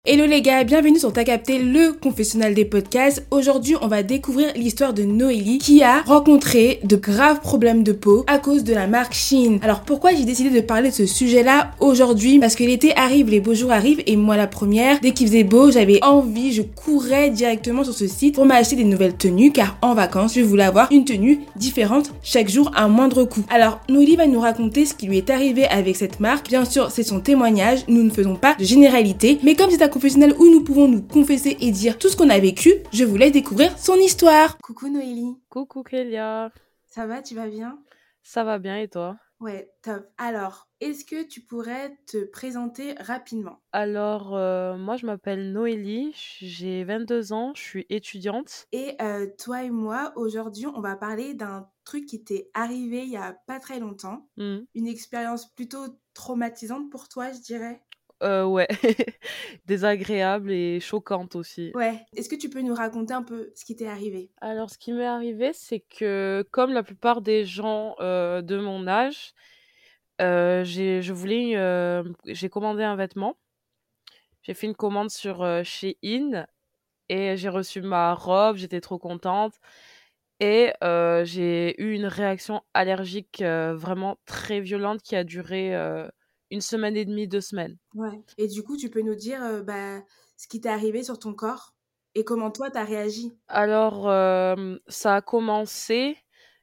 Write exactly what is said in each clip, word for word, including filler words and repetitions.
Hello les gars, bienvenue sur T'as capté, le confessionnal des podcasts. Aujourd'hui, on va découvrir l'histoire de Noélie qui a rencontré de graves problèmes de peau à cause de la marque Shein. Alors pourquoi j'ai décidé de parler de ce sujet-là aujourd'hui? Parce que l'été arrive, les beaux jours arrivent et moi la première, dès qu'il faisait beau, j'avais envie, je courais directement sur ce site pour m'acheter des nouvelles tenues car en vacances, je voulais avoir une tenue différente chaque jour à moindre coût. Alors Noélie va nous raconter ce qui lui est arrivé avec cette marque. Bien sûr, c'est son témoignage, nous ne faisons pas de généralité, mais comme c'est un confessionnal où nous pouvons nous confesser et dire tout ce qu'on a vécu, je vous laisse découvrir son histoire. Coucou Noélie. Coucou Kélia. Ça va, tu vas bien? Ça va bien et toi? Ouais, top. Alors, est-ce que tu pourrais te présenter rapidement? Alors, euh, moi je m'appelle Noélie, j'ai vingt-deux ans, je suis étudiante. Et euh, toi et moi, aujourd'hui, on va parler d'un truc qui t'est arrivé il y a pas très longtemps. Hmm. Une expérience plutôt traumatisante pour toi, je dirais. Euh, ouais, désagréable et choquante aussi. Ouais. Est-ce que tu peux nous raconter un peu ce qui t'est arrivé? Alors, ce qui m'est arrivé, c'est que comme la plupart des gens euh, de mon âge, euh, j'ai, je voulais, euh, j'ai commandé un vêtement. J'ai fait une commande sur euh, Shein et j'ai reçu ma robe, j'étais trop contente. Et euh, j'ai eu une réaction allergique euh, vraiment très violente qui a duré euh, une semaine et demie, deux semaines. Ouais. Et du coup, tu peux nous dire euh, bah, ce qui t'est arrivé sur ton corps et comment toi t'as réagi? Alors, euh, ça a commencé,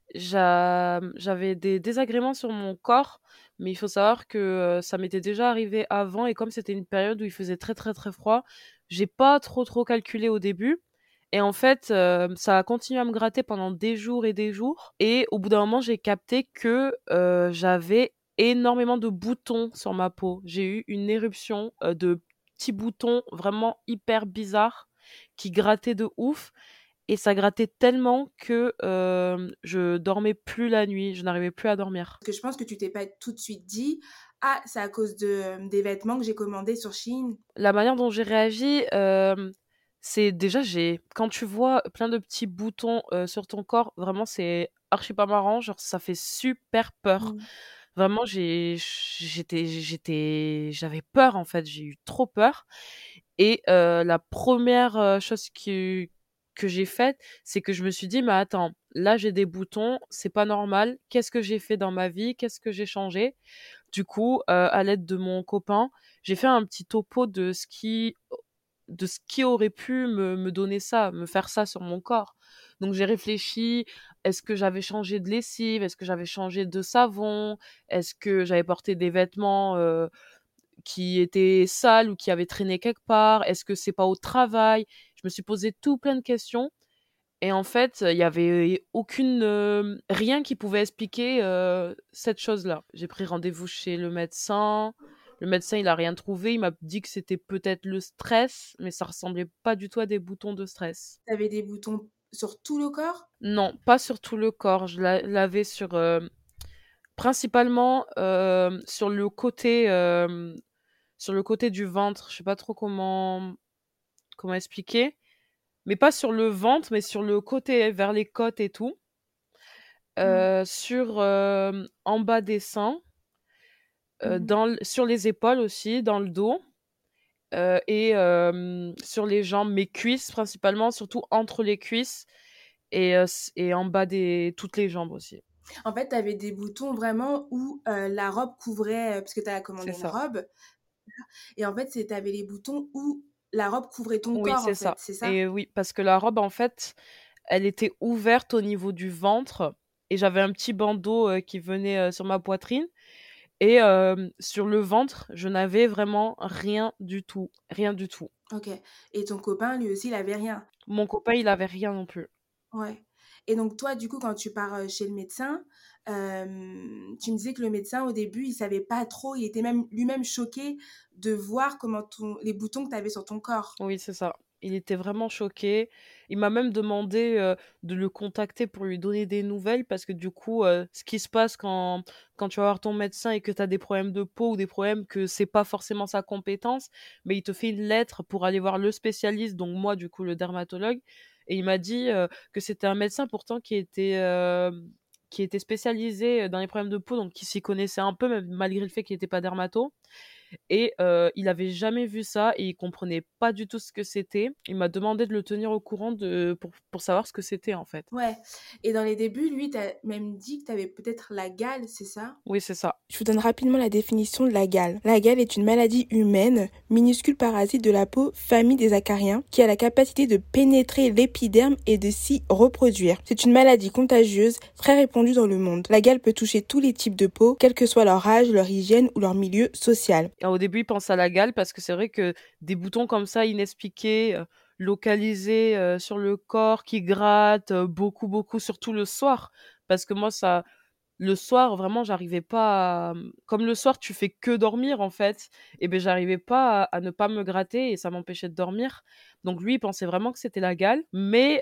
j'a- j'avais des désagréments sur mon corps, mais il faut savoir que euh, ça m'était déjà arrivé avant et comme c'était une période où il faisait très très très froid, j'ai pas trop trop calculé au début. Et en fait, euh, ça a continué à me gratter pendant des jours et des jours. Et au bout d'un moment, j'ai capté que euh, j'avais énormément de boutons sur ma peau. J'ai eu une éruption euh, de petits boutons vraiment hyper bizarres qui grattaient de ouf. Et ça grattait tellement que euh, je dormais plus la nuit, je n'arrivais plus à dormir. Parce que je pense que tu t'es pas tout de suite dit, ah, c'est à cause de, euh, des vêtements que j'ai commandés sur Shein. La manière dont j'ai réagi, euh, c'est déjà, j'ai quand tu vois plein de petits boutons euh, sur ton corps, vraiment, c'est archi pas marrant. Genre, ça fait super peur. Mm. Vraiment, j'ai, j'étais, j'étais, j'avais peur en fait. J'ai eu trop peur. Et euh, la première euh, chose que que j'ai faite, c'est que je me suis dit, mais attends, là j'ai des boutons, c'est pas normal. Qu'est-ce que j'ai fait dans ma vie? Qu'est-ce que j'ai changé? Du coup, euh, à l'aide de mon copain, j'ai fait un petit topo de ce qui, de ce qui aurait pu me, me donner ça, me faire ça sur mon corps. Donc j'ai réfléchi, est-ce que j'avais changé de lessive, est-ce que j'avais changé de savon, est-ce que j'avais porté des vêtements euh, qui étaient sales ou qui avaient traîné quelque part, est-ce que c'est pas au travail? Je me suis posé tout plein de questions. Et en fait, il y avait aucune, euh, rien qui pouvait expliquer euh, cette chose-là. J'ai pris rendez-vous chez le médecin. Le médecin, il a rien trouvé. Il m'a dit que c'était peut-être le stress, mais ça ressemblait pas du tout à des boutons de stress. T'avais des boutons sur tout le corps? Non, pas sur tout le corps. Je l'a- l'avais sur, euh, principalement euh, sur le côté, euh, sur le côté du ventre. Je sais pas trop comment, comment expliquer, mais pas sur le ventre, mais sur le côté vers les côtes et tout. Mm. euh, sur euh, en bas des seins, euh, Mhm. dans, l- sur les épaules aussi, dans le dos, euh, et euh, sur les jambes, mes cuisses principalement, surtout entre les cuisses et, euh, s- et en bas des toutes les jambes aussi. En fait, t'avais des boutons vraiment où euh, la robe couvrait, euh, parce que t'as C'est commandé une ça. robe, et en fait, c'est t'avais les boutons où la robe couvrait ton Oui, corps, en c'est fait, ça. c'est ça? Et oui, parce que la robe, en fait, elle était ouverte au niveau du ventre et j'avais un petit bandeau euh, qui venait euh, sur ma poitrine. Et euh, sur le ventre, je n'avais vraiment rien du tout. Rien du tout. Ok. Et ton copain, lui aussi, il avait rien. Mon copain, il avait rien non plus. Ouais. Et donc toi, du coup, quand tu pars euh, chez le médecin, euh, tu me disais que le médecin, au début, il savait pas trop, il était même lui-même choqué de voir comment ton, les boutons que tu avais sur ton corps. Oui, c'est ça. Il était vraiment choqué. Il m'a même demandé euh, de le contacter pour lui donner des nouvelles parce que du coup, euh, ce qui se passe quand, quand tu vas voir ton médecin et que tu as des problèmes de peau ou des problèmes que c'est pas forcément sa compétence, mais il te fait une lettre pour aller voir le spécialiste, donc moi, du coup, le dermatologue. Et il m'a dit euh, que c'était un médecin pourtant qui était, euh, qui était spécialisé dans les problèmes de peau, donc qui s'y connaissait un peu, même malgré le fait qu'il n'était pas dermato. et heu, il avait jamais vu ça et il comprenait pas du tout ce que c'était. Il m'a demandé de le tenir au courant de pour pour savoir ce que c'était, en fait. Ouais, et dans les débuts, lui, tu même dit que tu avais peut-être la gale, c'est ça? Oui, c'est ça. Je vous donne rapidement la définition de la gale. La gale est une maladie humaine, minuscule parasite de la peau, famille des acariens, qui a la capacité de pénétrer l'épiderme et de s'y reproduire. C'est une maladie contagieuse très répandue dans le monde. La gale peut toucher tous les types de peau, quel que soit leur âge, leur hygiène ou leur milieu social. Et au début, il pense à la gale parce que c'est vrai que des boutons comme ça inexpliqués, heu, localisés, heu, sur le corps qui grattent, heu, beaucoup, beaucoup, surtout le soir. Parce que moi ça le soir, vraiment, j'arrivais pas à, mmh comme le soir, tu fais que dormir, en fait, et beh, j'arrivais pas à à ne pas me gratter et ça m'empêchait de dormir. Donc lui, il pensait vraiment que c'était la gale. Mais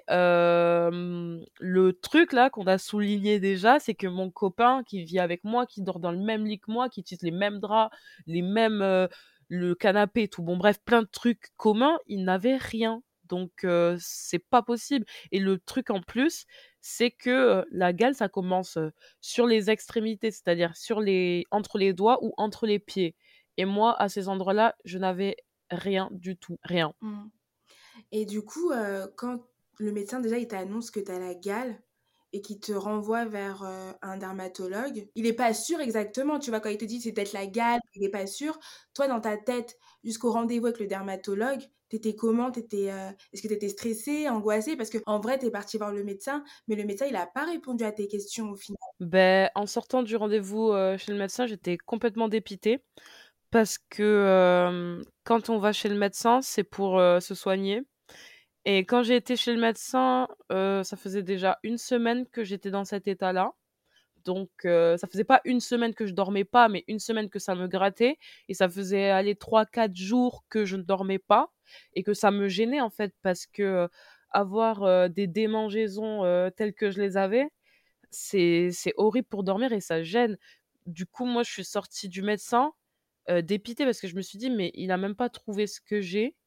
hem, le truc là qu'on a souligné déjà, c'est que mon copain qui vit avec moi, qui dort dans le même lit que moi, qui utilise les mêmes draps, les mêmes, heu, le canapé et tout, bon bref, plein de trucs communs, il n'avait rien. Donc heu, c'est pas possible et le truc en plus, c'est que, heu, la gale, ça commence, heu, sur les extrémités, c'est-à-dire sur les entre les doigts ou entre les pieds. Et moi, à ces endroits-là, je n'avais rien du tout, rien. Mmh. Et du coup, heu, quand le médecin déjà il t'annonce que tu as la gale et qu'il te renvoie vers, heu, un dermatologue, il est pas sûr exactement, tu vois? Quand il te dit: «C'est peut-être la gale», il est pas sûr. Toi, dans ta tête, jusqu'au rendez-vous avec le dermatologue, tu étais comment? Tu étais, heu, est-ce que tu étais stressée, angoissée? Parce qu'en vrai, tu es partie voir le médecin, mais le médecin, il a pas répondu à tes questions au final. Beh, en sortant du rendez-vous, heu, chez le médecin, j'étais complètement dépitée parce que, hem, quand on va chez le médecin, c'est pour, heu, se soigner et quand j'ai été chez le médecin, heu, ça faisait déjà une semaine que j'étais dans cet état-là. Donc heu, ça faisait pas une semaine que je dormais pas, mais une semaine que ça me grattait et ça faisait, aller trois quatre jours que je ne dormais pas et que ça me gênait, en fait, parce que, heu, avoir, heu, des démangeaisons, heu, telles que je les avais, c'est c'est horrible pour dormir et ça gêne. Du coup, moi, je suis sortie du médecin, heu, dépitée parce que je me suis dit: «Mais il a même pas trouvé ce que j'ai,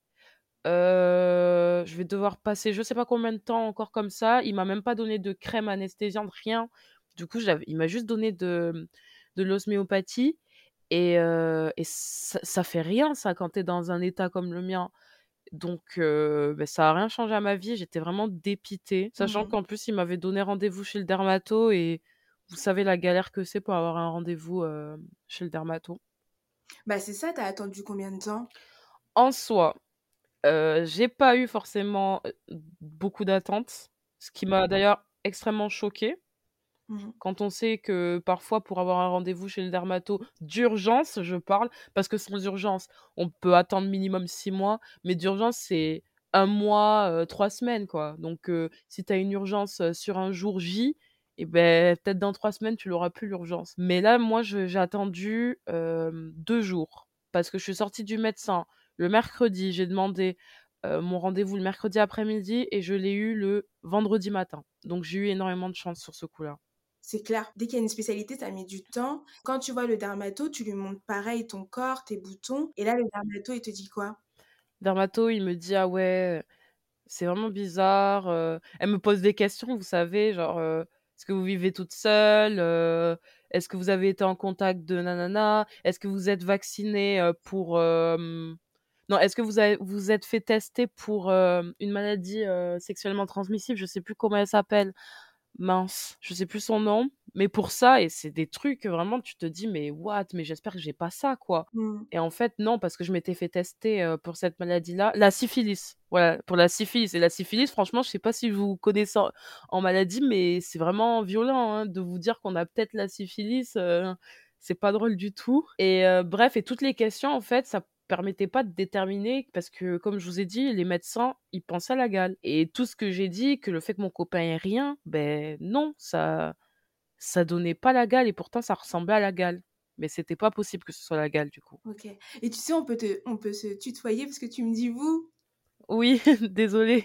heu, je vais devoir passer je sais pas combien de temps encore comme ça». Il m'a même pas donné de crème anesthésiante, rien. Du coup, j'av il m'a juste donné de, mmh, de l'osméopathie et heu et ça ça fait rien ça quand tu es dans un état comme le mien. Donc heu, beh, ça a rien changé à ma vie, j'étais vraiment dépitée, sachant Mmh. qu'en plus, il m'avait donné rendez-vous chez le dermato et vous savez la galère que c'est pour avoir un rendez-vous, hem, chez le dermato. Bah, c'est ça, tu as attendu combien de temps? En soi, Heu, j'ai pas eu forcément, heu, beaucoup d'attentes, ce qui m'a d'ailleurs extrêmement choquée. Mmh. Quand on sait que parfois pour avoir un rendez-vous chez le dermato d'urgence, je parle, parce que sans urgence, on peut attendre minimum six mois, mais d'urgence, c'est un mois, heu, trois semaines, quoi. Donc heu, si tu as une urgence, heu, sur un jour J et beh, peut-être dans trois semaines, tu l'auras plus l'urgence. Mais là, moi, je j'ai attendu, hem, deux jours parce que je suis sortie du médecin le mercredi, j'ai demandé, heu, mon rendez-vous le mercredi après-midi et je l'ai eu le vendredi matin. Donc j'ai eu énormément de chance sur ce coup-là. C'est clair. Dès qu'il y a une spécialité, ça met du temps. Quand tu vois le dermato, tu lui montres pareil ton corps, tes boutons et là, le dermato, il te dit quoi? Dermato, il me dit: «Ah ouais, c'est vraiment bizarre», heu, elle me pose des questions, vous savez, genre, heu: «Est-ce que vous vivez toute seule?» heu, «Est-ce que vous avez été en contact de nanana?» «Est-ce que vous êtes vaccinée, heu, pour, hem» non, «Est-ce que vous avez vous êtes fait tester pour, hem, une maladie, heu, sexuellement transmissible?» je sais plus comment elle s'appelle. Mince, je sais plus son nom, mais pour ça et c'est des trucs, heu, vraiment tu te dis: «Mais what? Mais j'espère que j'ai pas ça, quoi». Mmh. Et en fait, non, parce que je m'étais fait tester, heu, pour cette maladie-là la syphilis, voilà, pour la syphilis et la syphilis, franchement, je sais pas si vous connaissez en en maladie, mais c'est vraiment violent, hein, de vous dire qu'on a peut-être la syphilis, heu, c'est pas drôle du tout et heu, bref et toutes les questions, en fait, ça permettait pas de déterminer parce que, comme je vous ai dit, les médecins, ils pensaient à la gale et tout ce que j'ai dit, que le fait que mon copain ait rien, beh, non, ça ça donnait pas la gale et pourtant ça ressemblait à la gale. Mais c'était pas possible que ce soit la gale, du coup. OK, et tu sais, on peut te on peut se tutoyer parce que tu me dis «vous». Oui, désolée.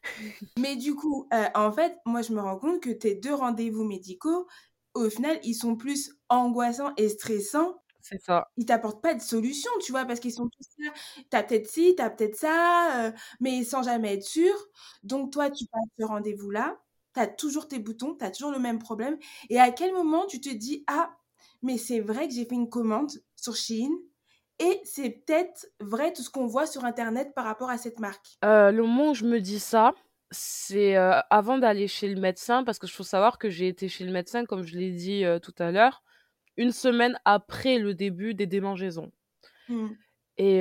Mais du coup, heu, en fait, moi, je me rends compte que tes deux rendez-vous médicaux, au final, ils sont plus angoissants et stressants. C'est ça. Ils t'apportent pas de solution, tu vois? Parce qu'ils sont tous là: «Tu as peut-être ci, tu as peut-être ça», heu, mais sans jamais être sûr. Donc toi, tu passes ce rendez-vous-là, tu as toujours tes boutons, tu as toujours le même problème et à quel moment tu te dis: «Ah, mais c'est vrai que j'ai fait une commande sur Shein et c'est peut-être vrai tout ce qu'on voit sur internet par rapport à cette marque? Heu, le moment où je me dis ça, c'est, heu, avant d'aller chez le médecin parce que faut savoir que j'ai été chez le médecin comme je l'ai dit, heu, tout à l'heure, une semaine après le début des démangeaisons. Mmh. Et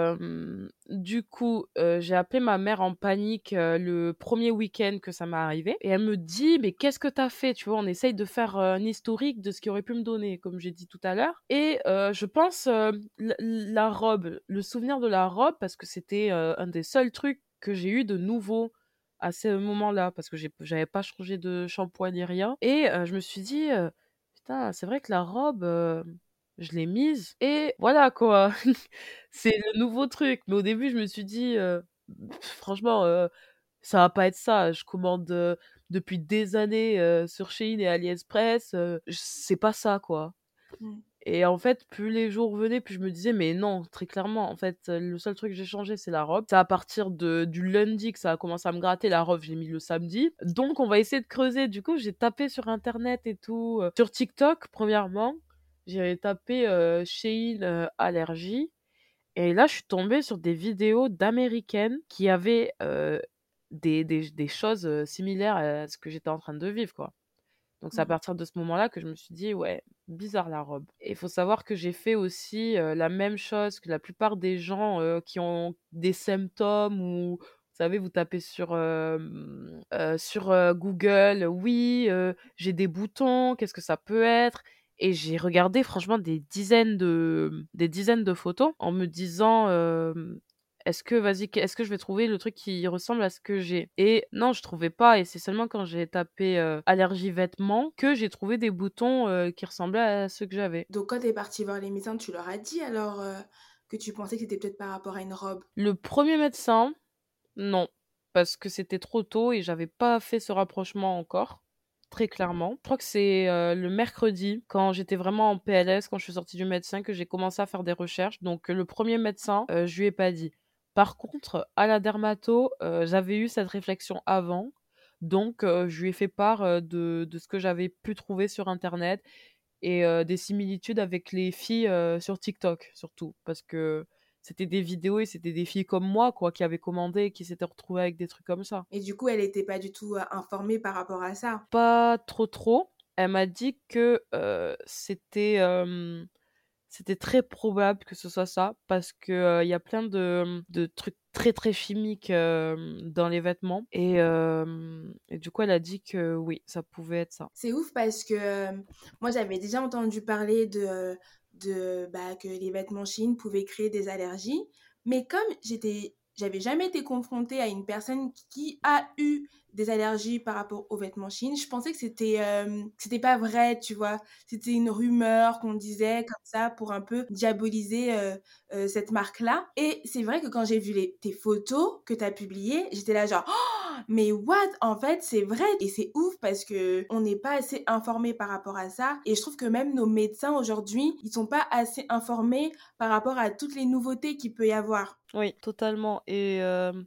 hem, du coup, heu, j'ai appelé ma mère en panique, heu, le premier week-end que ça m'est arrivé et elle me dit: «Mais qu'est-ce que tu as fait?» Tu vois? On essaye de faire, heu, un historique de ce qu'il aurait pu me donner, comme j'ai dit tout à l'heure et heu, je pense, heu, l la robe, le souvenir de la robe parce que c'était, heu, un des seuls trucs que j'ai eu de nouveau à ce moment-là parce que j'ai j'avais pas changé de shampoing ni rien et heu, je me suis dit, heu: «Putain, c'est vrai que la robe, heu, je l'ai mise et voilà quoi». C'est le nouveau truc, mais au début, je me suis dit, heu: «Franchement, heu, ça va pas être ça. Je commande, heu, depuis des années, heu, sur Shein et AliExpress, heu, j c'est pas ça, quoi» Mmh. et en fait, plus les jours venaient, plus je me disais: «Mais non, très clairement, en fait, heu, le seul truc que j'ai changé, c'est la robe. C'est à partir de du lundi que ça a commencé à me gratter. La robe, je l'ai mis le samedi, donc on va essayer de creuser». Du coup, j'ai tapé sur internet et tout, heu, sur TikTok, premièrement, j'ai tapé, heu, Shein, heu, allergie et là, je suis tombée sur des vidéos d'Américaines qui avaient, heu, des des des choses, heu, similaires à ce que j'étais en train de vivre, quoi. Donc c'est à Mmh. partir de ce moment-là que je me suis dit: «Ouais, bizarre la robe» et il faut savoir que j'ai fait aussi, heu, la même chose que la plupart des gens, heu, qui ont des symptômes ou vous savez, vous tapez sur, hem, heu, sur, heu, Google: «Oui, heu, j'ai des boutons, qu'est-ce que ça peut être?» et j'ai regardé franchement des dizaines de des dizaines de photos en me disant, hem: «Est-ce que vas-y, qu est-ce que je vais trouver le truc qui ressemble à ce que j'ai?» et non, je trouvais pas et c'est seulement quand j'ai tapé, heu, allergie vêtements que j'ai trouvé des boutons, heu, qui ressemblaient à ceux que j'avais. Donc quand tu es partie voir les médecins, tu leur as dit alors, heu, que tu pensais que c'était peut-être par rapport à une robe? Le premier médecin, non, parce que c'était trop tôt et j'avais pas fait ce rapprochement encore, très clairement. Je crois que c'est, heu, le mercredi, quand j'étais vraiment en P L S, quand je suis sortie du médecin, que j'ai commencé à faire des recherches. Donc, heu, le premier médecin, heu, je lui ai pas dit. Par contre, à la dermato, heu, j'avais eu cette réflexion avant, donc, heu, je lui ai fait part, heu, de de ce que j'avais pu trouver sur internet et heu, des similitudes avec les filles, heu, sur TikTok, surtout. Parce que c'était des vidéos et c'était des filles comme moi, quoi, qui avaient commandé et qui s'étaient retrouvées avec des trucs comme ça. Et du coup, elle était pas du tout, heu, informée par rapport à ça? Pas trop, trop. Elle m'a dit que, heu, c'était, hem, c'était très probable que ce soit ça parce que, heu, il y a plein de, mmh, de trucs très, très chimiques, hem, dans les vêtements et hem et du coup, elle a dit que oui, ça pouvait être ça. C'est ouf parce que, hem, moi j'avais déjà entendu parler de, heu, de, bah, que les vêtements Shein pouvaient créer des allergies, mais comme j'étais j'avais jamais été confrontée à une personne qui a eu des allergies par rapport aux vêtements Shein, je pensais que c'était, hem, que c'était pas vrai, tu vois? C'était une rumeur qu'on disait comme ça pour un peu diaboliser, heu heu, cette marque-là et c'est vrai que quand j'ai vu les tes photos que tu as publiées, j'étais là genre: mais what? En fait, c'est vrai et c'est ouf parce que on n'est pas assez informé par rapport à ça et je trouve que même nos médecins aujourd'hui, ils sont pas assez informés par rapport à toutes les nouveautés qu'il peut y avoir. Oui, totalement et hem,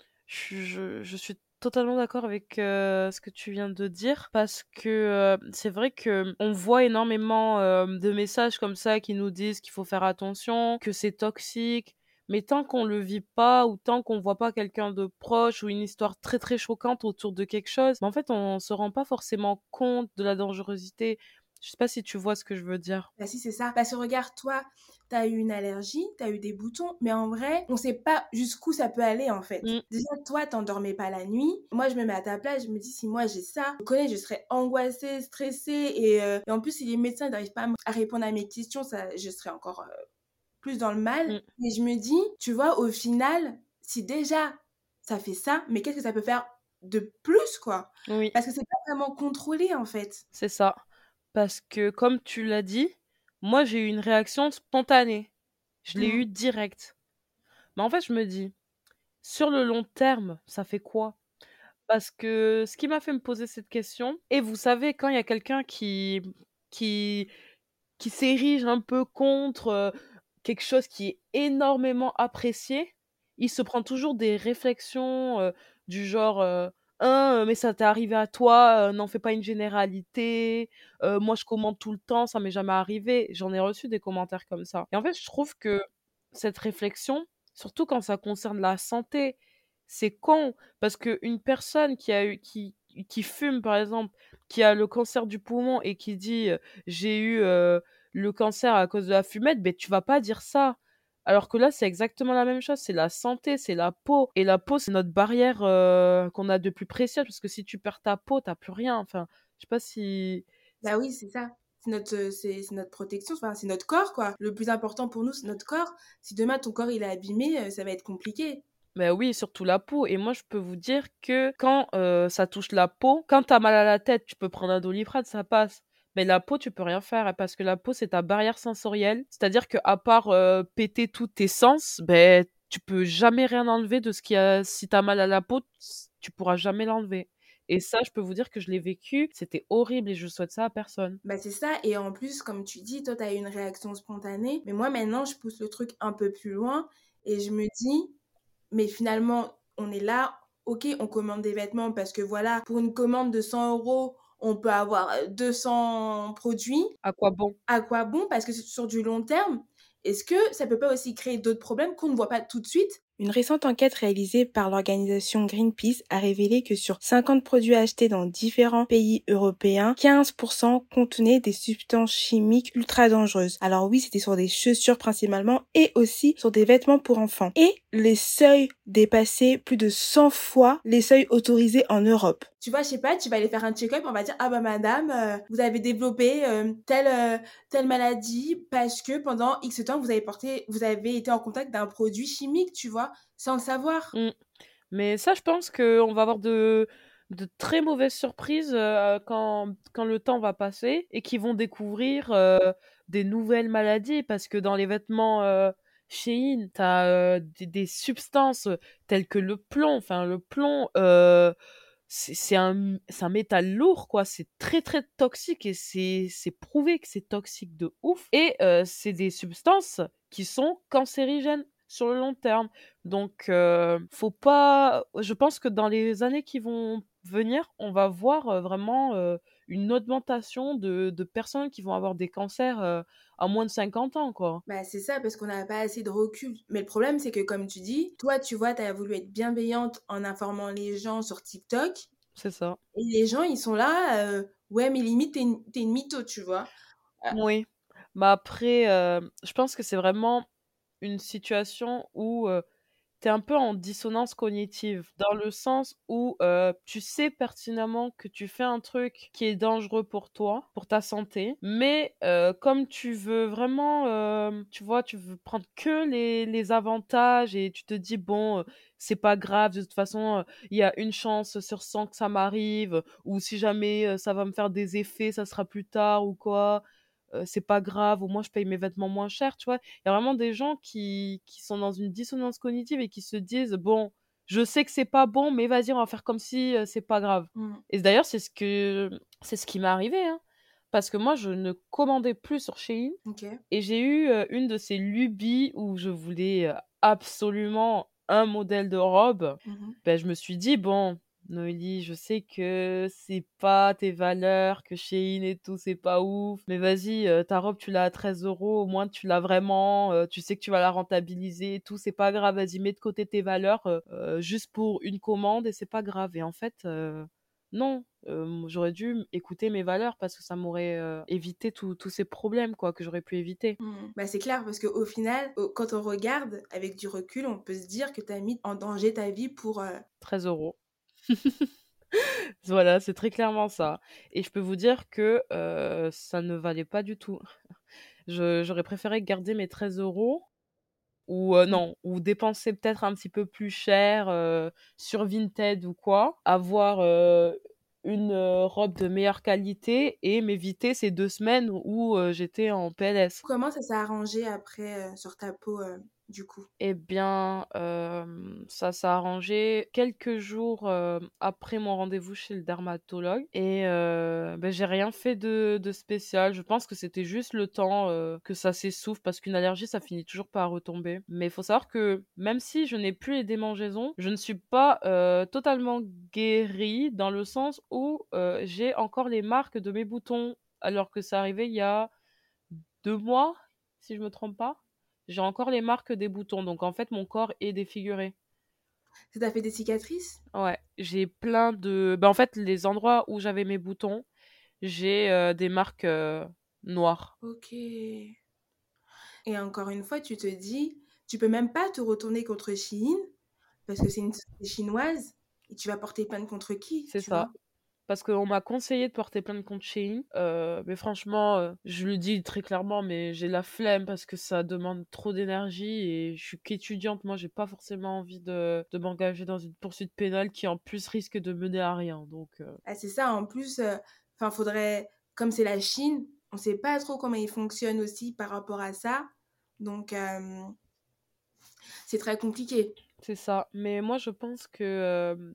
je je je suis totalement d'accord avec, heu, ce que tu viens de dire parce que, heu, c'est vrai qu'on voit énormément, hem, de messages comme ça qui nous disent qu'il faut faire attention, que c'est toxique, mais tant qu'on le vit pas ou tant qu'on voit pas quelqu'un de proche ou une histoire très, très choquante autour de quelque chose, bah, en fait, on se rend pas forcément compte de la dangerosité. Je sais pas si tu vois ce que je veux dire? Bah si, c'est ça. Parce que regarde, toi, t'as eu une allergie, t'as eu des boutons, mais en vrai, on sait pas jusqu'où ça peut aller en fait. Mmh, Déjà, toi, t'endormais pas la nuit. Moi, je me mets à ta place, je me dis si moi j'ai ça, je connais, je serais angoissée, stressée et, euh, et en plus, si les médecins n'arrivent pas à, me- à répondre à mes questions, ça, je serais encore euh, plus dans le mal. mmh. Et je me dis, tu vois, au final, si déjà ça fait ça, mais qu'est-ce que ça peut faire de plus, quoi? Oui. Parce que c'est pas vraiment contrôlé, en fait. C'est ça. Parce que comme tu l'as dit, moi j'ai eu une réaction spontanée. Je l'ai Mm. eu direct. Mais en fait, je me dis, sur le long terme, ça fait quoi? Parce que ce qui m'a fait me poser cette question et vous savez quand il y a quelqu'un qui qui qui s'érige un peu contre, heu, quelque chose qui est énormément apprécié, il se prend toujours des réflexions, heu, du genre, heu: «Hein, heu, mais ça t'est arrivé à toi, heu, n'en fais pas une généralité, heu, moi je commande tout le temps, ça m'est jamais arrivé». J'en ai reçu des commentaires comme ça et en fait, je trouve que cette réflexion, surtout quand ça concerne la santé. C'est con, parce qu'une personne qui a eu qui qui fume, par exemple, qui a le cancer du poumon et qui dit, heu: «J'ai eu, heu, le cancer à cause de la fumette», beh, tu vas pas dire ça. Alors que là, c'est exactement la même chose, c'est la santé, c'est la peau et la peau, c'est notre barrière, heu, qu'on a de plus précieuse parce que si tu perds ta peau, tu as plus rien. Enfin, je sais pas si Bah oui, c'est ça. C'est notre, heu, c'est c'est notre protection, enfin, c'est notre corps, quoi. Le plus important pour nous, c'est notre corps. Si demain ton corps il est abîmé, heu, ça va être compliqué. bah, oui, surtout la peau et moi, je peux vous dire que quand, heu, ça touche la peau, quand tu as mal à la tête, tu peux prendre un Doliprane, ça passe. Mais la peau, tu peux rien faire hein, parce que la peau, c'est ta barrière sensorielle. C'est-à-dire qu'à part, heu, péter tous tes sens, beh, tu peux jamais rien enlever de ce qui a si tu as mal à la peau, s tu pourras jamais l'enlever et ça, je peux vous dire que je l'ai vécu, c'était horrible et je souhaite ça à personne. Bah, c'est ça et en plus, comme tu dis, toi, tu as eu une réaction spontanée, mais moi, maintenant, je pousse le truc un peu plus loin et je me dis: «Mais finalement, on est là, OK, on commande des vêtements parce que voilà, pour une commande de cent euros, on peut avoir, heu, deux cents produits. À quoi bon? À quoi bon? Parce que sur du long terme, est-ce que ça peut pas aussi créer d'autres problèmes qu'on ne voit pas tout de suite? Une récente enquête réalisée par l'organisation Greenpeace a révélé que sur cinquante produits achetés dans différents pays européens, quinze pour cent contenaient des substances chimiques ultra dangereuses. Alors oui, c'était sur des chaussures principalement et aussi sur des vêtements pour enfants. Et les seuils dépassaient plus de cent fois les seuils autorisés en Europe. Tu vois, je sais pas, tu vas aller faire un check-up, on va dire, ah bah madame, euh, vous avez développé euh, telle, euh, telle maladie parce que pendant X temps, vous avez porté, vous avez été en contact d'un produit chimique, tu vois, sans le savoir. Mmh. Mais ça, je pense qu'on va avoir de, de très mauvaises surprises euh, quand, quand le temps va passer et qu'ils vont découvrir euh, des nouvelles maladies parce que dans les vêtements euh, Shein, tu as des, des substances telles que le plomb. Enfin, le plomb, euh, c'est c'est un, c'est un métal lourd, quoi. C'est très, très toxique et c'est c'est prouvé que c'est toxique de ouf. Et euh, c'est des substances qui sont cancérigènes sur le long terme. Donc, euh, faut pas. Je pense que dans les années qui vont venir, on va voir euh, vraiment euh, une augmentation de, de personnes qui vont avoir des cancers euh, à moins de cinquante ans, quoi. Bah, c'est ça, parce qu'on n'a pas assez de recul. Mais le problème, c'est que comme tu dis, toi, tu vois, tu as voulu être bienveillante en informant les gens sur TikTok. C'est ça. Et les gens, ils sont là, euh, ouais, mais limite, t'es une, t'es une mytho, tu vois. Ah, Oui. Mais après, euh, je pense que c'est vraiment une situation où euh, tu es un peu en dissonance cognitive, dans le sens où euh, tu sais pertinemment que tu fais un truc qui est dangereux pour toi, pour ta santé, mais euh, comme tu veux vraiment, euh, tu vois, tu veux prendre que les, les avantages et tu te dis, bon, euh, c'est pas grave, de toute façon, euh, il y a une chance sur cent que ça m'arrive, ou si jamais euh, ça va me faire des effets, ça sera plus tard ou quoi. Euh, c'est pas grave, au moins je paye mes vêtements moins cher, tu vois. Il y a vraiment des gens qui, qui sont dans une dissonance cognitive et qui se disent, bon, je sais que c'est pas bon, mais vas-y, on va faire comme si euh, c'est pas grave. mm, Et d'ailleurs, c'est ce que c'est ce qui m'est arrivé, hein. Parce que moi, je ne commandais plus sur Shein ok. et j'ai eu euh, une de ces lubies où je voulais euh, absolument un modèle de robe. Mhm. Ben, je me suis dit, bon, Noélie, je sais que c'est pas tes valeurs, que Shein et tout, c'est pas ouf. Mais vas-y, euh, ta robe, tu l'as à treize euros, au moins tu l'as vraiment, euh, tu sais que tu vas la rentabiliser et tout, c'est pas grave, vas-y, mets de côté tes valeurs euh, euh, juste pour une commande et c'est pas grave. Et en fait, euh, non, euh, j'aurais dû écouter mes valeurs parce que ça m'aurait euh, évité tous tous ces problèmes, quoi, que j'aurais pu éviter. Mm. Bah, c'est clair, parce qu'au final, au- quand on regarde avec du recul, on peut se dire que tu as mis en danger ta vie pour... euh, treize euros. Voilà, c'est très clairement ça. Et je peux vous dire que euh, ça ne valait pas du tout. Je- j'aurais préféré garder mes treize euros ou euh, non, ou dépenser peut-être un petit peu plus cher euh, sur Vinted ou quoi, avoir euh, une euh, robe de meilleure qualité et m'éviter ces deux semaines où euh, j'étais en P L S. Comment ça s'est arrangé après euh, sur ta peau, euh, du coup? Eh bien, euh, ça s'est arrangé quelques jours euh, après mon rendez-vous chez le dermatologue et euh, ben, j'ai rien fait de, de spécial. Je pense que c'était juste le temps euh, que ça s'essouffle parce qu'une allergie, ça finit toujours par retomber. Mais il faut savoir que même si je n'ai plus les démangeaisons, je ne suis pas euh, totalement guérie dans le sens où euh, j'ai encore les marques de mes boutons alors que ça arrivait il y a deux mois, si je me trompe pas. J'ai encore les marques des boutons, donc en fait, mon corps est défiguré. Ça t'a fait des cicatrices? Ouais, j'ai plein de... Bah, en fait, les endroits où j'avais mes boutons, j'ai euh, des marques euh, noires. Ok. Et encore une fois, tu te dis, tu peux même pas te retourner contre Shein parce que c'est une société chinoise et tu vas porter plainte contre qui, C'est tu ça. vois? Parce qu'on m'a conseillé de porter plainte contre Shein. Euh, mais franchement, euh, je le dis très clairement, mais j'ai la flemme parce que ça demande trop d'énergie et je suis qu'étudiante. Moi, j'ai pas forcément envie de, de m'engager dans une poursuite pénale qui en plus risque de mener à rien. Donc, euh, Ah, c'est ça, en plus, euh, enfin, faudrait, comme c'est la Chine, on sait pas trop comment ils fonctionnent aussi par rapport à ça. Donc, euh, c'est très compliqué. c'est ça. Mais moi, je pense que euh,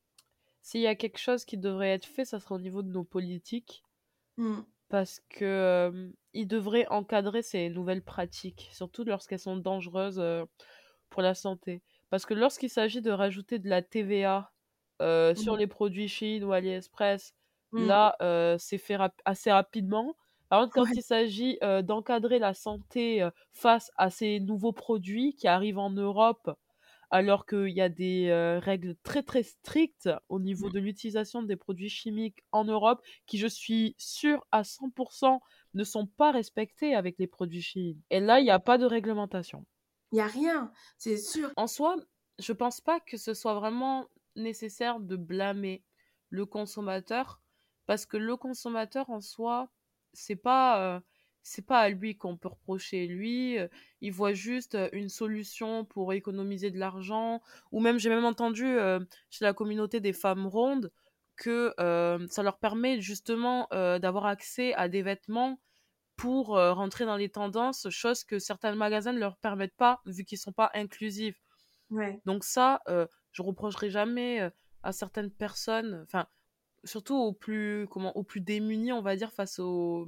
s'il y a quelque chose qui devrait être fait, ça sera au niveau de nos politiques. Hmm. Parce que euh, ils devraient encadrer ces nouvelles pratiques, surtout lorsqu'elles sont dangereuses euh, pour la santé. Parce que lorsqu'il s'agit de rajouter de la T V A euh, sur Hmm. les produits Chine ou AliExpress, Hmm. là, euh, c'est fait rap- assez rapidement. Par contre, quand Ouais, il s'agit euh, d'encadrer la santé euh, face à ces nouveaux produits qui arrivent en Europe, alors qu'il y a des euh, règles très très strictes au niveau de l'utilisation des produits chimiques en Europe, qui je suis sûre à cent pour cent ne sont pas respectées avec les produits chimiques. Et là, il n'y a pas de réglementation. il y a rien, c'est sûr. En soi, je pense pas que ce soit vraiment nécessaire de blâmer le consommateur, parce que le consommateur en soi, c'est pas euh, c'est pas à lui qu'on peut reprocher. Lui, euh, il voit juste euh, une solution pour économiser de l'argent, ou même j'ai même entendu euh, chez la communauté des femmes rondes que euh, ça leur permet justement euh, d'avoir accès à des vêtements pour euh, rentrer dans les tendances, chose que certains magasins ne leur permettent pas vu qu'ils sont pas inclusifs. Ouais. Donc ça, euh, je reprocherai jamais euh, à certaines personnes, enfin surtout aux plus comment aux plus démunis, on va dire, face au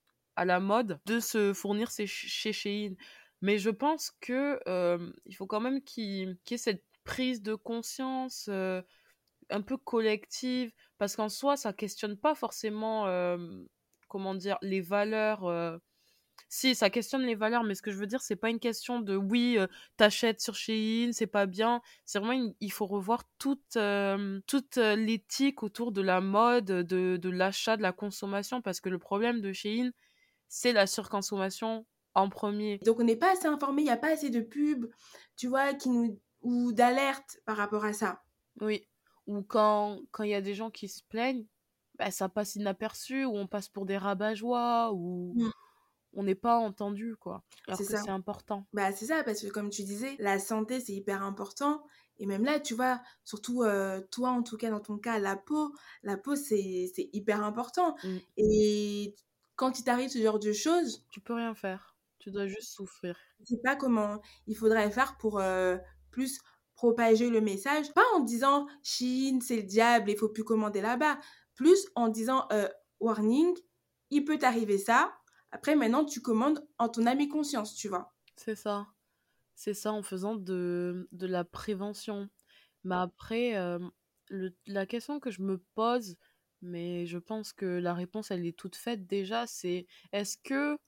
à la mode, de se fournir ces ch- chez Shein. Mais je pense que euh, il faut quand même qu'il qu'il y ait cette prise de conscience euh, un peu collective, parce qu'en soi, ça questionne pas forcément euh, comment dire les valeurs. euh, si, ça questionne les valeurs, mais ce que je veux dire, c'est pas une question de oui, euh, t'achètes sur Shein, c'est pas bien. C'est vraiment, une- il faut revoir toute, euh, toute euh, l'éthique autour de la mode, de, de l'achat, de la consommation, parce que le problème de Shein, c'est la surconsommation en premier. Donc, on n'est pas assez informé, il n'y a pas assez de pubs, tu vois, qui nous, ou d'alerte par rapport à ça. Oui. Ou quand, quand il y a des gens qui se plaignent, bah, ça passe inaperçu, ou on passe pour des rabat-joie, ou Mm. on n'est pas entendu, quoi. C'est Alors que ça. c'est important. Bah, c'est ça, parce que comme tu disais, la santé, c'est hyper important. Et même là, tu vois, surtout euh, toi, en tout cas, dans ton cas, la peau, la peau, c'est, c'est hyper important. Mm. Et quand il t'arrive ce genre de choses, Tu peux rien faire. Tu dois juste souffrir. je sais pas comment il faudrait faire pour euh, plus propager le message. Pas en disant Chine, c'est le diable, il faut plus commander là-bas. Plus en disant euh, warning, il peut t'arriver ça. Après, maintenant, tu commandes en ton âme et conscience, tu vois. C'est ça. C'est ça, en faisant de, de la prévention. Mais après, euh, le- la question que je me pose, mais je pense que la réponse, elle est toute faite déjà, c'est est-ce que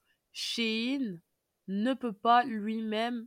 Shein ne peut pas lui-même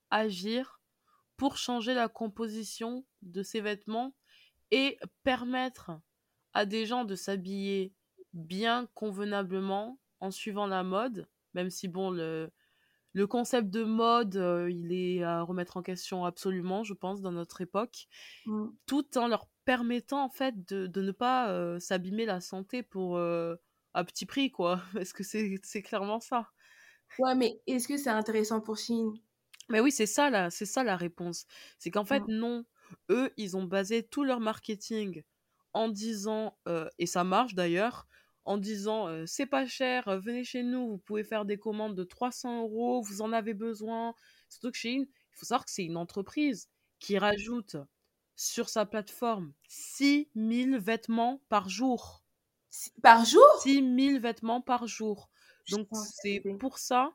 agir pour changer la composition de ses vêtements et permettre à des gens de s'habiller bien convenablement en suivant la mode, même si bon, le, le concept de mode, euh, il est à remettre en question absolument, je pense, dans notre époque, Mm. tout en leur permettant en fait de, de ne pas euh, s'abîmer la santé pour euh, à petit prix, quoi. Parce que c'est c'est clairement ça. Ouais, mais est-ce que c'est intéressant pour Chine? Mais oui, c'est ça là, c'est ça la réponse. C'est qu'en fait Mm. non, eux, ils ont basé tout leur marketing en disant euh, et ça marche d'ailleurs, en disant euh, c'est pas cher, euh, venez chez nous, vous pouvez faire des commandes de trois cents euros, vous en avez besoin. Surtout que Shein, il faut savoir que c'est une entreprise qui rajoute sur sa plateforme six mille vêtements par jour. C'est- Par jour? Six mille vêtements par jour. Donc Putain, c'est c'est abusé. pour ça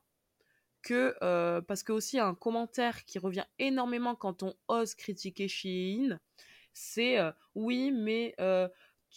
que euh, parce que aussi un commentaire qui revient énormément quand on ose critiquer Shein, c'est euh, oui mais euh,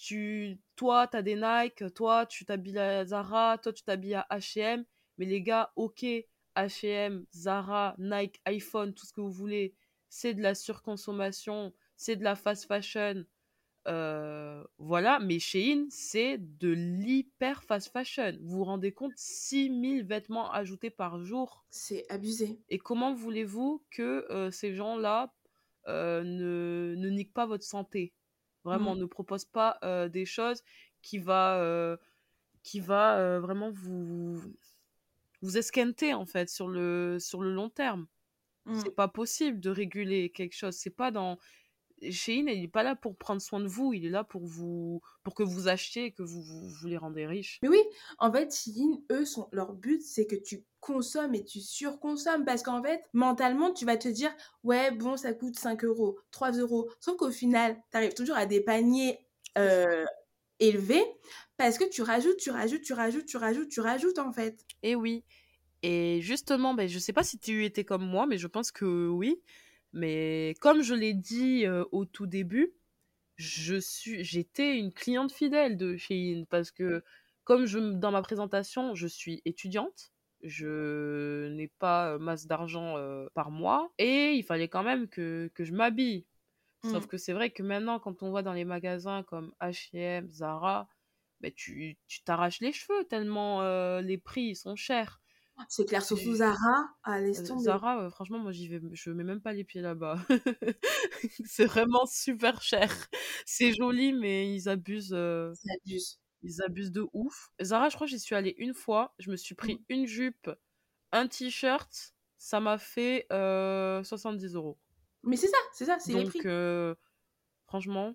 tu toi t'as des Nike, toi tu t'habilles à Zara, toi tu t'habilles à H et M, mais les gars, ok, H et M, Zara, Nike, iPhone, tout ce que vous voulez, c'est de la surconsommation, c'est de la fast fashion, euh, voilà. Mais Shein, c'est de l'hyper fast fashion. Vous vous rendez compte, six mille vêtements ajoutés par jour. C'est abusé. Et comment voulez-vous que euh, ces gens-là euh, ne, ne niquent pas votre santé? Vraiment, Mm. ne proposent pas euh, des choses qui va, euh, qui va euh, vraiment vous, vous esquinter, en fait, sur le, sur le long terme. C'est Mm. pas possible de réguler quelque chose. C'est pas dans... Shein, il est pas là pour prendre soin de vous. Il est là pour vous, pour que vous achetiez et que vous, vous, vous les rendez riches. Mais oui, en fait, Shein, eux, sont, leur but, c'est que tu consommes et tu surconsommes. Parce qu'en fait, mentalement, tu vas te dire, ouais, bon, ça coûte cinq euros, trois euros. Sauf qu'au final, tu arrives toujours à des paniers C'est ça. euh, élevés parce que tu rajoutes, tu rajoutes, tu rajoutes, tu rajoutes, tu rajoutes, en fait. Et oui. Et justement, ben, je sais pas si tu étais comme moi, mais je pense que oui. Mais comme je l'ai dit euh, au tout début, je suis, j'étais une cliente fidèle de Shein parce que, comme je, dans ma présentation, je suis étudiante, je n'ai pas euh, masse d'argent euh, par mois et il fallait quand même que, que je m'habille. Sauf Mm. que c'est vrai que maintenant, quand on voit dans les magasins comme H et M, Zara, ben tu tu t'arraches les cheveux tellement euh, les prix ils sont chers. C'est clair, surtout C'est- Zara, ah, laisse euh, tomber. Zara, euh, franchement, moi j'y vais, je mets même pas les pieds là-bas. C'est vraiment super cher. C'est joli, mais ils abusent, euh, Ça abuse. ils abusent de ouf. Zara, je crois que j'y suis allée une fois. Je me suis Mm. pris une jupe, un t-shirt. Ça m'a fait euh, soixante-dix euros. Mais c'est ça, c'est ça, c'est les Donc, prix. euh, franchement.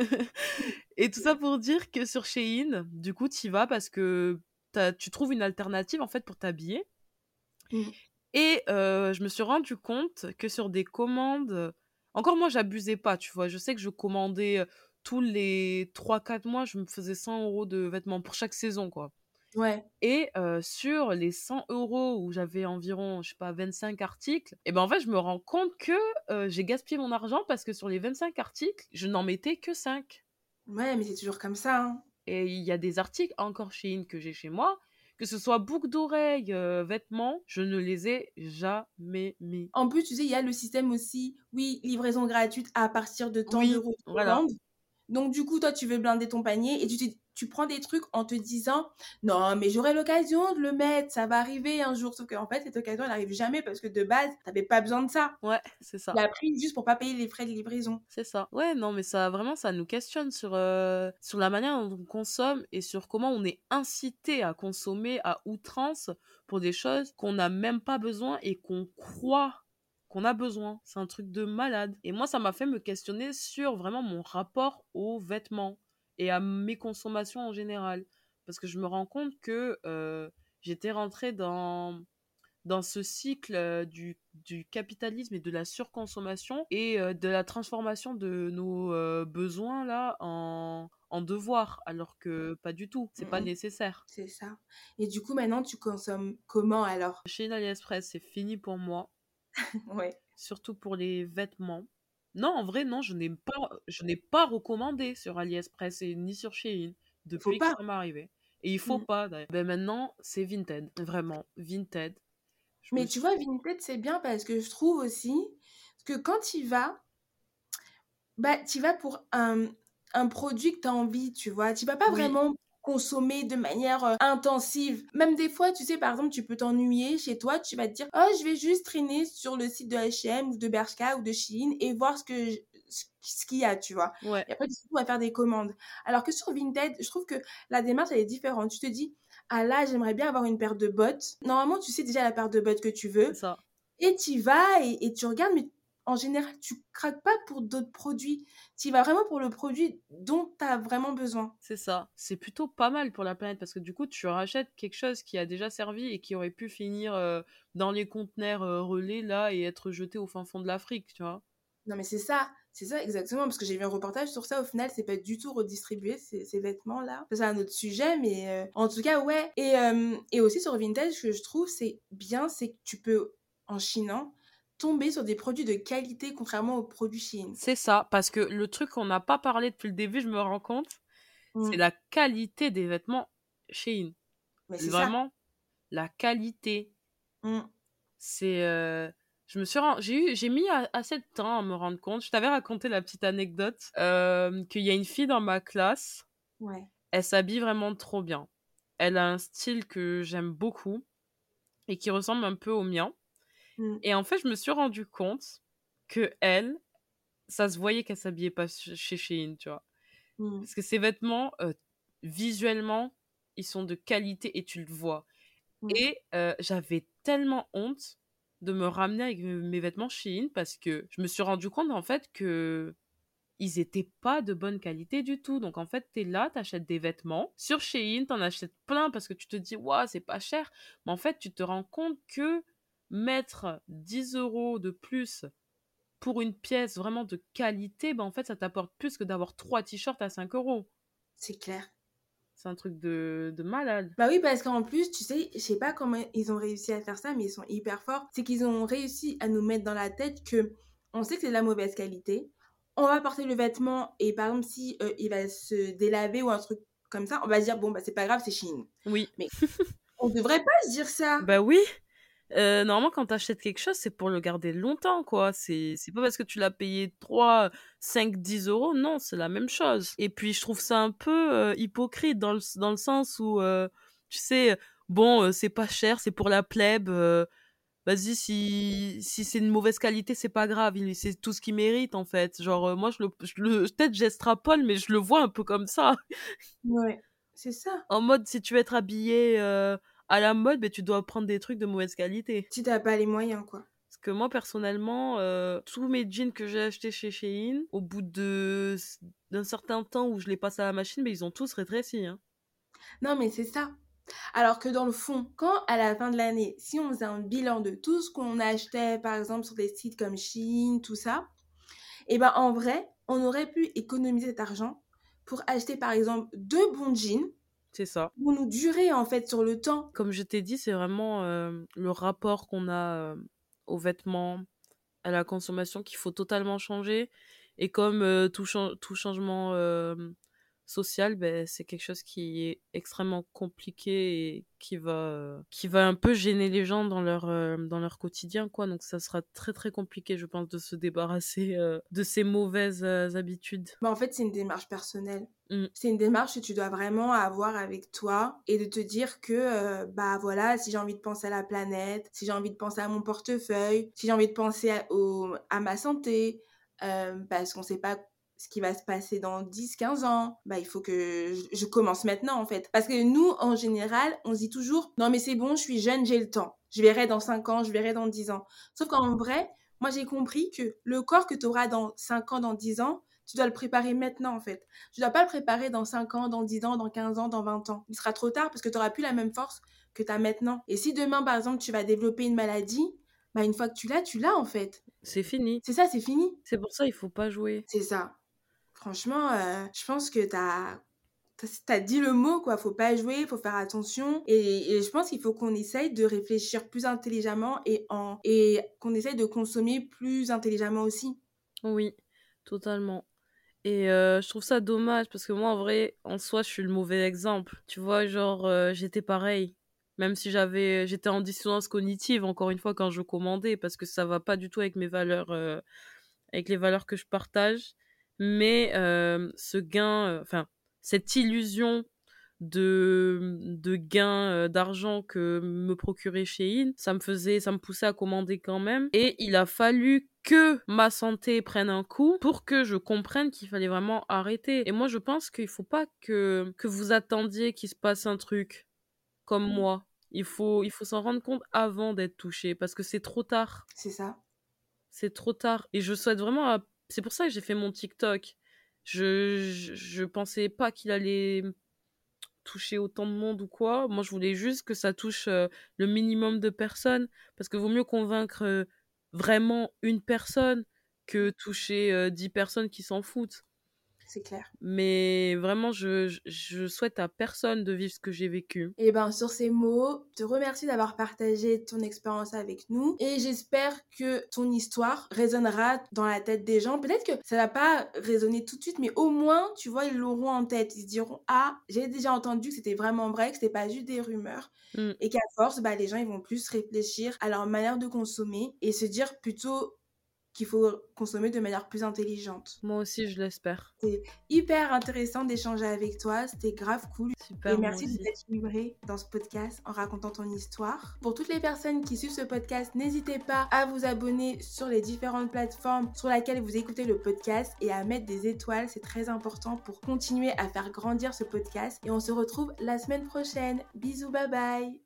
Et tout ça pour dire que sur Shein, du coup, tu y vas parce que t'as- tu trouves une alternative en fait pour t'habiller. Mm. Et euh, je me suis rendu compte que sur des commandes, encore moi j'abusais pas, tu vois, je sais que je commandais euh, tous les trois quatre mois, je me faisais cent euros de vêtements pour chaque saison, quoi. Ouais. Et euh, sur les cent euros où j'avais environ, je sais pas, vingt-cinq articles, et ben en fait je me rends compte que euh, j'ai gaspillé mon argent parce que sur les vingt-cinq articles, je n'en mettais que cinq. Ouais, mais c'est toujours comme ça, hein. Et il y a des articles encore Shein que j'ai chez moi, que ce soit boucles d'oreilles, euh, vêtements, je ne les ai jamais mis. En plus, tu sais, il y a le système aussi, oui, livraison gratuite à partir de tant Oui, d'euros de voilà, commande. Donc, du coup, toi, tu veux blinder ton panier et tu, te- tu prends des trucs en te disant, non, mais j'aurai l'occasion de le mettre, ça va arriver un jour. Sauf qu'en fait, cette occasion, elle arrive jamais parce que de base, t'avais pas besoin de ça. ouais, c'est Tu ça. l'as pris juste pour pas payer les frais de livraison. C'est ça. Ouais, non, mais ça, vraiment, ça nous questionne sur, euh, sur la manière dont on consomme et sur comment on est incité à consommer à outrance pour des choses qu'on n'a même pas besoin et qu'on croit qu'on a besoin. C'est un truc de malade. Et moi, ça m'a fait me questionner sur vraiment mon rapport aux vêtements et à mes consommations en général. Parce que je me rends compte que euh, j'étais rentrée dans dans ce cycle euh, du, du capitalisme et de la surconsommation et euh, de la transformation de nos euh, besoins là en, en devoirs, alors que pas du tout, c'est pas Mhm, nécessaire. c'est ça. Et du coup, maintenant, tu consommes comment alors? Chez AliExpress, c'est fini pour moi, Ouais. surtout pour les vêtements. Non, en vrai, non, je n'ai pas, je n'ai pas recommandé sur AliExpress et ni sur Shein Faut depuis que pas. ça m'est arrivé. Et il faut Mm. pas, d'ailleurs. Ben maintenant, c'est Vinted, vraiment, Vinted. Je me Mais tu suis... vois, Vinted, c'est bien parce que je trouve aussi que quand tu vas, bah, tu vas pour un, un produit que tu as envie, tu vois. Tu vas pas Oui, vraiment consommer de manière euh, intensive. Même des fois, tu sais, par exemple, tu peux t'ennuyer chez toi, tu vas te dire, oh, je vais juste traîner sur le site de H et M ou de Bershka ou de Shein et voir ce que je- ce ce qu'il y a, tu vois. ouais, Et après, du coup, on va faire des commandes. Alors que sur Vinted, je trouve que la démarche, elle est différente. Tu te dis, ah là, j'aimerais bien avoir une paire de bottes. Normalement, tu sais déjà la paire de bottes que tu c'est veux. ça. Et tu y vas et, et tu regardes, mais en général, tu craques pas pour d'autres produits. Tu y vas vraiment pour le produit dont tu as vraiment besoin. C'est ça. C'est plutôt pas mal pour la planète parce que du coup, tu rachètes quelque chose qui a déjà servi et qui aurait pu finir euh, dans les conteneurs euh, relais là et être jeté au fin fond de l'Afrique, tu vois. Non, mais c'est ça, c'est ça exactement, parce que j'ai vu un reportage sur ça. Au final, c'est pas du tout redistribué ces, ces vêtements-là. Ça, c'est un autre sujet, mais euh, en tout cas, ouais. Et, euh, et aussi sur Vintage, ce que je trouve c'est bien, c'est que tu peux, en chinant, tomber sur des produits de qualité contrairement aux produits Chine. C'est ça, parce que le truc qu'on n'a pas parlé depuis le début, je me rends compte, c'est Mm. la qualité des vêtements Shein. Mais c'est ça. Vraiment, la qualité. Mm. C'est, euh, je me suis, ren- j'ai eu, j'ai mis a- assez de temps à me rendre compte. Je t'avais raconté la petite anecdote euh, qu'il y a une fille dans ma classe. Ouais. Elle s'habille vraiment trop bien. Elle a un style que j'aime beaucoup et qui ressemble un peu au mien. Mm, Et en fait, je me suis rendu compte que elle, ça se voyait qu'elle s'habillait pas ch- chez Shein, tu vois. mm, Parce que ses vêtements, euh, visuellement, ils sont de qualité et tu le vois. mm. Et euh, j'avais tellement honte de me ramener avec mes mes vêtements Shein parce que je me suis rendu compte en fait que ils étaient pas de bonne qualité du tout. Donc en fait, t'es là, t'achètes des vêtements. Sur Shein, t'en achètes plein parce que tu te dis, waouh, c'est pas cher. Mais en fait, tu te rends compte que mettre dix euros de plus pour une pièce vraiment de qualité, ben en fait, ça t'apporte plus que d'avoir trois t-shirts à cinq euros. C'est clair. C'est un truc de, de malade. Bah oui, parce qu'en plus, tu sais, je sais pas comment ils ont réussi à faire ça, mais ils sont hyper forts. C'est qu'ils ont réussi à nous mettre dans la tête que on sait que c'est de la mauvaise qualité. On va porter le vêtement et par exemple, si euh, il va se délaver ou un truc comme ça, on va se dire, bon, bah c'est pas grave, c'est Chine. Oui. Mais on devrait pas se dire ça. Bah oui. Euh, normalement, quand t'achètes quelque chose, c'est pour le garder longtemps, quoi. C'est, c'est pas parce que tu l'as payé trois, cinq, dix euros. Non, c'est la même chose. Et puis, je trouve ça un peu euh, hypocrite dans le, dans le sens où, euh, tu sais, bon, euh, c'est pas cher, c'est pour la plèbe. euh, vas-y, si, si c'est une mauvaise qualité, c'est pas grave. il- C'est tout ce qu'il mérite, en fait. Genre, euh, moi, je le, je le, peut-être j'extrapole, mais je le vois un peu comme ça. Ouais, c'est ça. En mode, si tu veux être habillé euh, à la mode, ben, tu dois prendre des trucs de mauvaise qualité. Si t'as pas les moyens, quoi. Parce que moi, personnellement, euh, tous mes jeans que j'ai achetés chez Shein, au bout de d'un certain temps où je les passe à la machine, ben, ils ont tous rétréci. Hein. Non, mais c'est ça. Alors que dans le fond, quand à la fin de l'année, si on faisait un bilan de tout ce qu'on achetait, par exemple sur des sites comme Shein, tout ça, et ben en vrai, on aurait pu économiser cet argent pour acheter par exemple deux bons jeans C'est ça. pour nous durer en fait sur le temps. Comme je t'ai dit, c'est vraiment euh, le rapport qu'on a euh, aux vêtements, à la consommation qu'il faut totalement changer. Et comme euh, tout, chan- tout changement euh, social, ben, c'est quelque chose qui est extrêmement compliqué et qui va, euh, qui va un peu gêner les gens dans leur, euh, dans leur quotidien, quoi. Donc ça sera très très compliqué, je pense, de se débarrasser euh, de ces mauvaises euh, habitudes. Bah en fait, c'est une démarche personnelle. Mm. C'est une démarche que tu dois vraiment avoir avec toi et de te dire que euh, bah voilà, si j'ai envie de penser à la planète, si j'ai envie de penser à mon portefeuille, si j'ai envie de penser à, au, à ma santé, euh, parce qu'on sait pas ce qui va se passer dans dix quinze ans, bah il faut que je, je commence maintenant en fait. Parce que nous, en général, on se dit toujours, non mais c'est bon, je suis jeune, j'ai le temps. Je verrai dans cinq ans, je verrai dans dix ans. Sauf qu'en vrai, moi j'ai compris que le corps que tu auras dans cinq ans, dans dix ans, tu dois le préparer maintenant en fait. Tu dois pas le préparer dans cinq ans, dans dix ans, dans quinze ans, dans vingt ans. Il sera trop tard parce que tu n'auras plus la même force que tu as maintenant. Et si demain, par exemple, tu vas développer une maladie, bah une fois que tu l'as, tu l'as en fait. C'est fini. C'est ça, c'est fini. C'est pour ça il faut pas jouer. C'est ça. Franchement, euh, je pense que t'as t'as dit le mot quoi. Faut pas jouer, faut faire attention. Et, et je pense qu'il faut qu'on essaye de réfléchir plus intelligemment et en et qu'on essaye de consommer plus intelligemment aussi. Oui, totalement. Et euh, je trouve ça dommage parce que moi, en vrai, en soi, je suis le mauvais exemple. Tu vois, genre, euh, j'étais pareil. Même si j'avais, j'étais en dissonance cognitive, encore une fois, quand je commandais, parce que ça va pas du tout avec mes valeurs, euh, avec les valeurs que je partage. Mais euh, ce gain, euh, enfin, cette illusion de, de gain euh, d'argent que me procurait Shein, ça me faisait, ça me poussait à commander quand même. Et il a fallu que ma santé prenne un coup pour que je comprenne qu'il fallait vraiment arrêter. Et moi, je pense qu'il faut pas que, que vous attendiez qu'il se passe un truc comme moi. Il faut, il faut s'en rendre compte avant d'être touché parce que c'est trop tard. C'est ça. C'est trop tard. Et je souhaite vraiment, à- c'est pour ça que j'ai fait mon TikTok. Je, je, je pensais pas qu'il allait toucher autant de monde ou quoi. Moi, je voulais juste que ça touche euh, le minimum de personnes, parce que vaut mieux convaincre euh, vraiment une personne que toucher euh, dix personnes qui s'en foutent. c'est clair. Mais vraiment, je, je, je souhaite à personne de vivre ce que j'ai vécu. Et ben sur ces mots, je te remercie d'avoir partagé ton expérience avec nous et j'espère que ton histoire résonnera dans la tête des gens. Peut-être que ça va pas résonner tout de suite, mais au moins, tu vois, ils l'auront en tête. Ils se diront, ah, j'ai déjà entendu que c'était vraiment vrai, que c'était pas juste des rumeurs. Mm. Et qu'à force, bah, les gens, ils vont plus réfléchir à leur manière de consommer et se dire plutôt qu'il faut consommer de manière plus intelligente. Moi aussi, je l'espère. C'était hyper intéressant d'échanger avec toi, c'était grave cool. Super, Et moi merci de aussi. t'être livré dans ce podcast en racontant ton histoire. Pour toutes les personnes qui suivent ce podcast, n'hésitez pas à vous abonner sur les différentes plateformes sur lesquelles vous écoutez le podcast et à mettre des étoiles, c'est très important pour continuer à faire grandir ce podcast. Et on se retrouve la semaine prochaine. Bisous, bye bye.